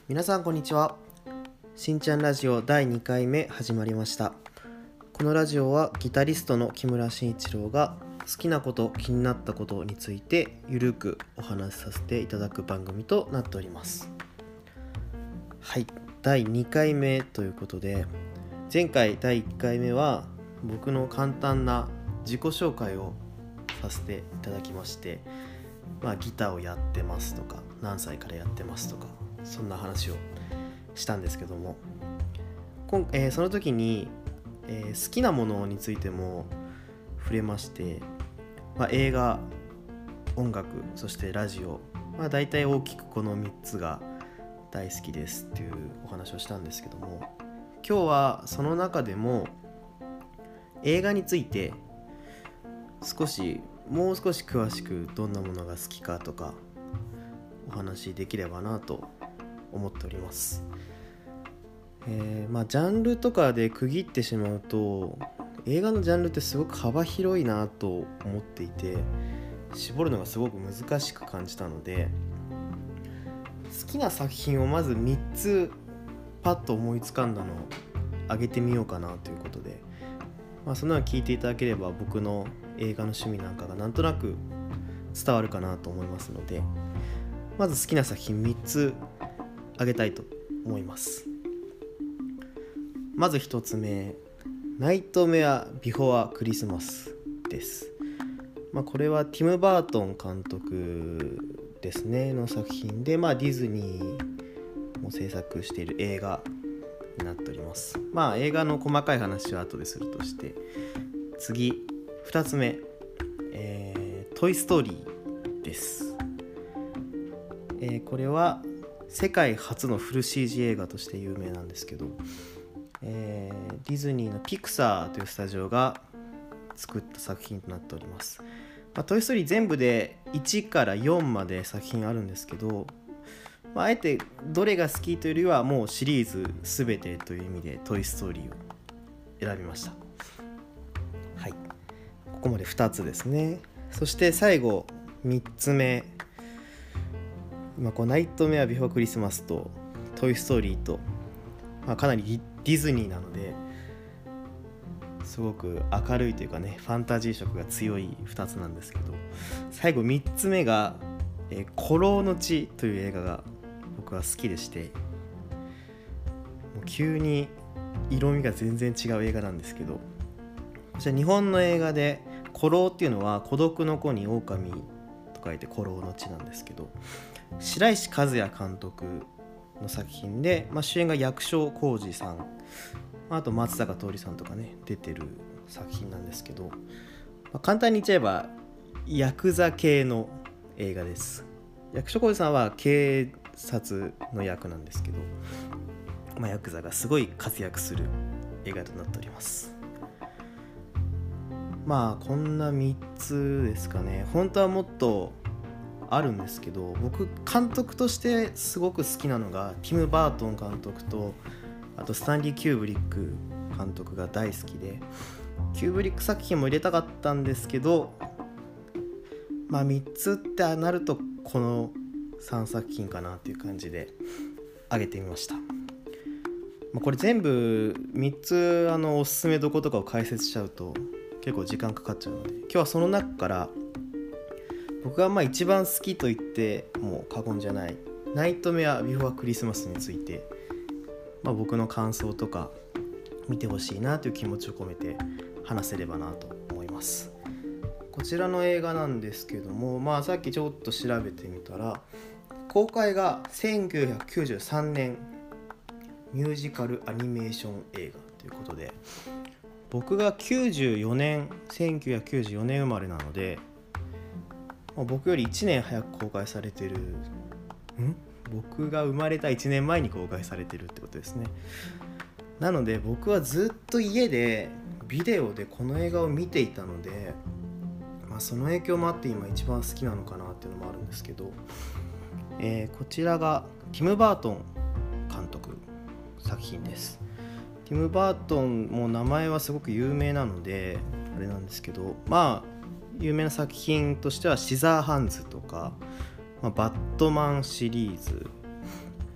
皆さんこんにちは。しんちゃんラジオ第2回目始まりました。このラジオはギタリストの木村慎一郎が好きなこと、気になったことについてゆるくお話しさせていただく番組となっております。はい、第2回目ということで、前回第1回目は僕の簡単な自己紹介をさせていただきまして、ギターをやってますとか、何歳からやってますとか、そんな話をしたんですけども、その時に、好きなものについても触れまして、映画、音楽、そしてラジオ、大体大きくこの3つが大好きですっていうお話をしたんですけども、今日はその中でも映画についてもう少し詳しくどんなものが好きかとかお話しできればなと思っております。ジャンルとかで区切ってしまうと映画のジャンルってすごく幅広いなと思っていて、絞るのがすごく難しく感じたので、好きな作品をまず3つパッと思いつかんだのを挙げてみようかなということで、そのように聞いていただければ僕の映画の趣味なんかがなんとなく伝わるかなと思いますので、まず好きな作品3つ挙げたいと思います。まず1つ目、ナイトメアビフォアクリスマスです。これはティム・バートン監督ですねの作品で、ディズニーも制作している映画になっております。映画の細かい話は後でするとして、次2つ目、トイストーリーです。これは世界初のフル CG 映画として有名なんですけど、ディズニーのピクサーというスタジオが作った作品となっております。トイストーリー全部で1から4まで作品あるんですけど、あえてどれが好きというよりはもうシリーズ全てという意味でトイストーリーを選びました。はい、ここまで2つですね。そして最後3つ目、ナイトメアビフォークリスマスとトイストーリーと、かなりディズニーなのですごく明るいというかね、ファンタジー色が強い2つなんですけど、最後3つ目が孤狼の血という映画が僕は好きでして、もう急に色味が全然違う映画なんですけど、こちら日本の映画で孤狼っていうのは孤独の子に狼と書いて孤狼の血なんですけど、白石和也監督の作品で、主演が役所広司さん、あと松坂桃李さんとかね出てる作品なんですけど、簡単に言っちゃえばヤクザ系の映画です。役所広司さんは警察の役なんですけど、ヤクザがすごい活躍する映画となっております。こんな3つですかね。本当はもっとあるんですけど、僕監督としてすごく好きなのがティム・バートン監督と、あとスタンリー・キューブリック監督が大好きで、キューブリック作品も入れたかったんですけど、3つってなるとこの3作品かなっていう感じで挙げてみました。これ全部3つおすすめどことかを解説しちゃうと結構時間かかっちゃうので、今日はその中から僕が一番好きと言っても過言じゃないナイトメアビフォアクリスマスについて、僕の感想とか見てほしいなという気持ちを込めて話せればなと思います。こちらの映画なんですけども、さっきちょっと調べてみたら公開が1993年ミュージカルアニメーション映画ということで、僕が1994年生まれなので、僕より1年早く公開されてる僕が生まれた1年前に公開されてるってことですね。なので僕はずっと家でビデオでこの映画を見ていたので、その影響もあって今一番好きなのかなっていうのもあるんですけど、こちらがティム・バートン監督作品です。ティム・バートンも名前はすごく有名なのであれなんですけど、有名な作品としてはシザーハンズとか、バットマンシリーズ、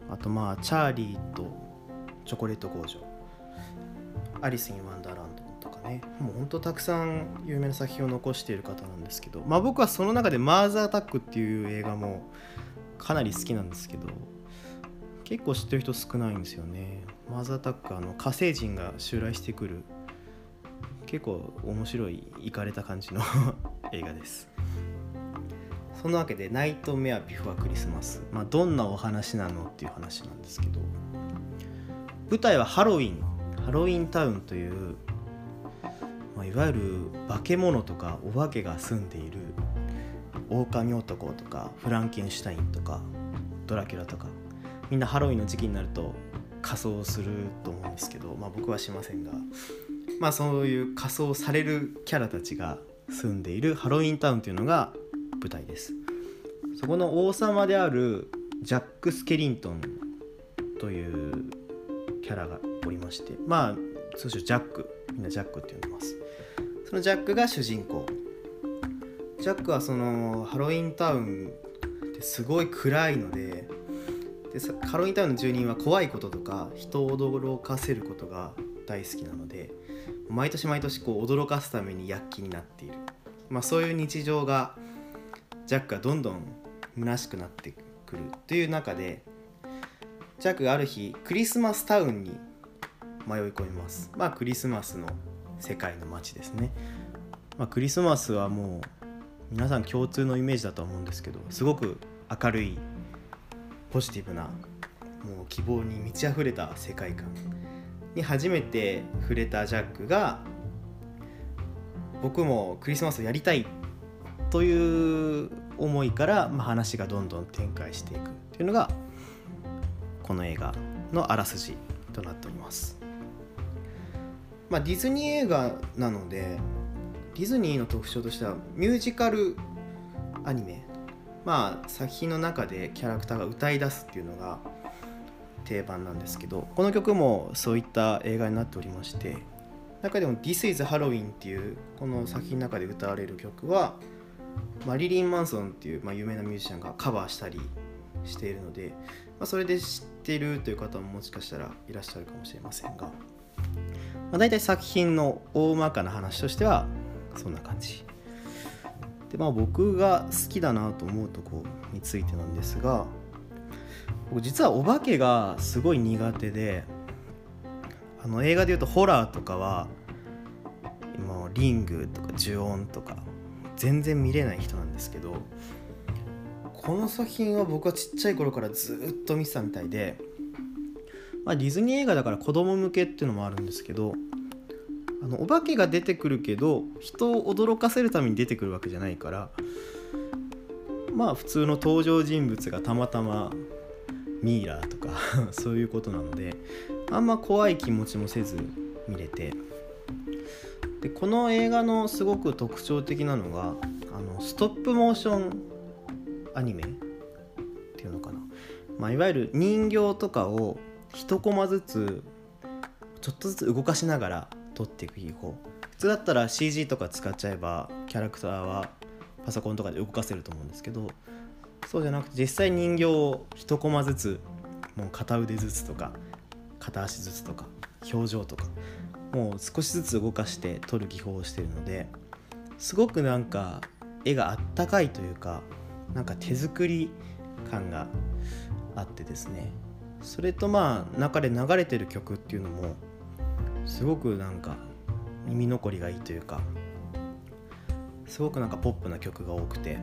あとまあチャーリーとチョコレート工場、アリス・イン・ワンダーランドとかね、もうほんとたくさん有名な作品を残している方なんですけど、まあ僕はその中でマーズ・アタックっていう映画もかなり好きなんですけど、結構知ってる人少ないんですよね。マーズ・アタック、火星人が襲来してくる結構面白いイカれた感じの映画です。そんなわけでナイトメアビフォークリスマス、まあ、どんなお話なのっていう話なんですけど、舞台はハロウィンタウンという、まあ、いわゆる化け物とかお化けが住んでいる狼男とかフランケンシュタインとかドラキュラとか、みんなハロウィンの時期になると仮装すると思うんですけど、まあ、僕はしませんが、まあ、そういう仮装されるキャラたちが住んでいるハロウィンタウンというのが舞台です。そこの王様であるジャック・スケリントンというキャラがおりまして、まあ通称ジャック、みんなジャックって呼んでます。そのジャックが主人公。ジャックはそのハロウィンタウンってすごい暗いので、ハロウィンタウンの住人は怖いこととか人を驚かせることが大好きなので、毎年毎年こう驚かすために躍起になっている、まあ、そういう日常がジャックがどんどん虚しくなってくるという中で、ジャックがある日クリスマスタウンに迷い込みます。まあクリスマスの世界の街ですね。まあ、クリスマスはもう皆さん共通のイメージだと思うんですけど、すごく明るいポジティブな、もう希望に満ち溢れた世界観に初めて触れたジャックが、僕もクリスマスをやりたいという思いから、まあ、話がどんどん展開していくというのがこの映画のあらすじとなっております。まあ、ディズニー映画なので、ディズニーの特徴としてはミュージカルアニメ、まあ作品の中でキャラクターが歌い出すっていうのが定番なんですけど、この曲もそういった映画になっておりまして、中でも This is Halloween っていうこの作品の中で歌われる曲はマリリン・マンソンっていう、まあ、有名なミュージシャンがカバーしたりしているので、まあ、それで知っているという方ももしかしたらいらっしゃるかもしれませんが、まあ、大体作品の大まかな話としてはそんな感じで、まあ、僕が好きだなと思うところについてなんですが、僕実はお化けがすごい苦手で、映画でいうとホラーとかはもうリングとか呪怨とか全然見れない人なんですけど、この作品は僕はちっちゃい頃からずっと見てたみたいで、まあ、ディズニー映画だから子供向けっていうのもあるんですけど、お化けが出てくるけど人を驚かせるために出てくるわけじゃないから、まあ普通の登場人物がたまたまミイラとかそういうことなので、あんま怖い気持ちもせず見れて、でこの映画のすごく特徴的なのがストップモーションアニメっていうのかな、まあ、いわゆる人形とかを一コマずつちょっとずつ動かしながら撮っていく技法、普通だったら CG とか使っちゃえばキャラクターはパソコンとかで動かせると思うんですけど、そうじゃなくて実際人形を一コマずつ、もう片腕ずつとか片足ずつとか表情とかもう少しずつ動かして撮る技法をしているので、すごくなんか絵があったかいというか、なんか手作り感があってですね、それとまあ中で流れてる曲っていうのもすごくなんか耳残りがいいというか、すごくなんかポップな曲が多くて、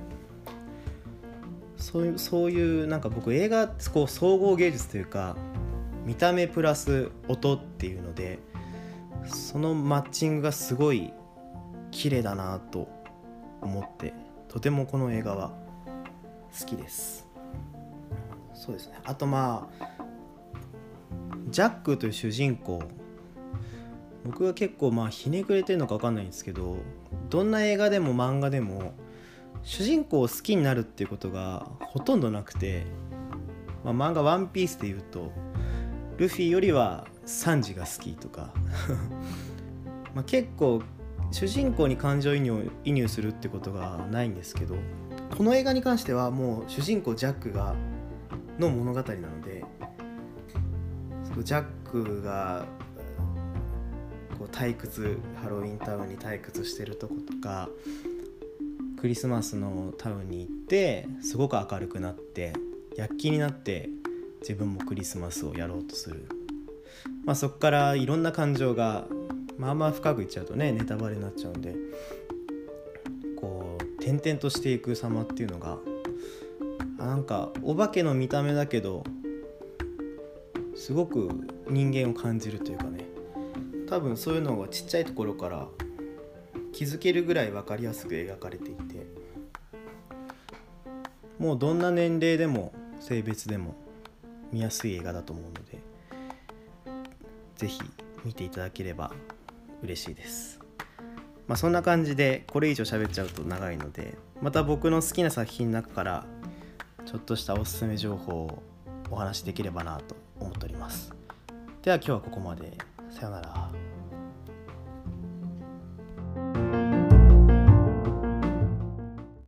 そういうなんか僕映画こう総合芸術というか、見た目プラス音っていうので、そのマッチングがすごい綺麗だなと思って、とてもこの映画は好きです。そうですね。あとまあジャックという主人公、僕は結構まあひねくれてるのか分かんないんですけど、どんな映画でも漫画でも主人公を好きになるっていうことがほとんどなくて、まあ、漫画ワンピースで言うとルフィよりはサンジが好きとかまあ結構主人公に感情移入するってことがないんですけど、この映画に関してはもう主人公ジャックの物語なので、 ジャックがこう退屈、ハロウィンタウンに退屈してるとことか、クリスマスのタウンに行ってすごく明るくなって躍起になって自分もクリスマスをやろうとする、そこからいろんな感情があんま深く言っちゃうとねネタバレになっちゃうんで、こう転々としていく様っていうのがなんかお化けの見た目だけどすごく人間を感じるというかね、多分そういうのがちっちゃいところから気づけるぐらい分かりやすく描かれていて、もうどんな年齢でも性別でも見やすい映画だと思うので、ぜひ見ていただければ嬉しいです。そんな感じでこれ以上喋っちゃうと長いので、また僕の好きな作品の中からちょっとしたおすすめ情報をお話しできればなと思っております。では今日はここまで。さようなら。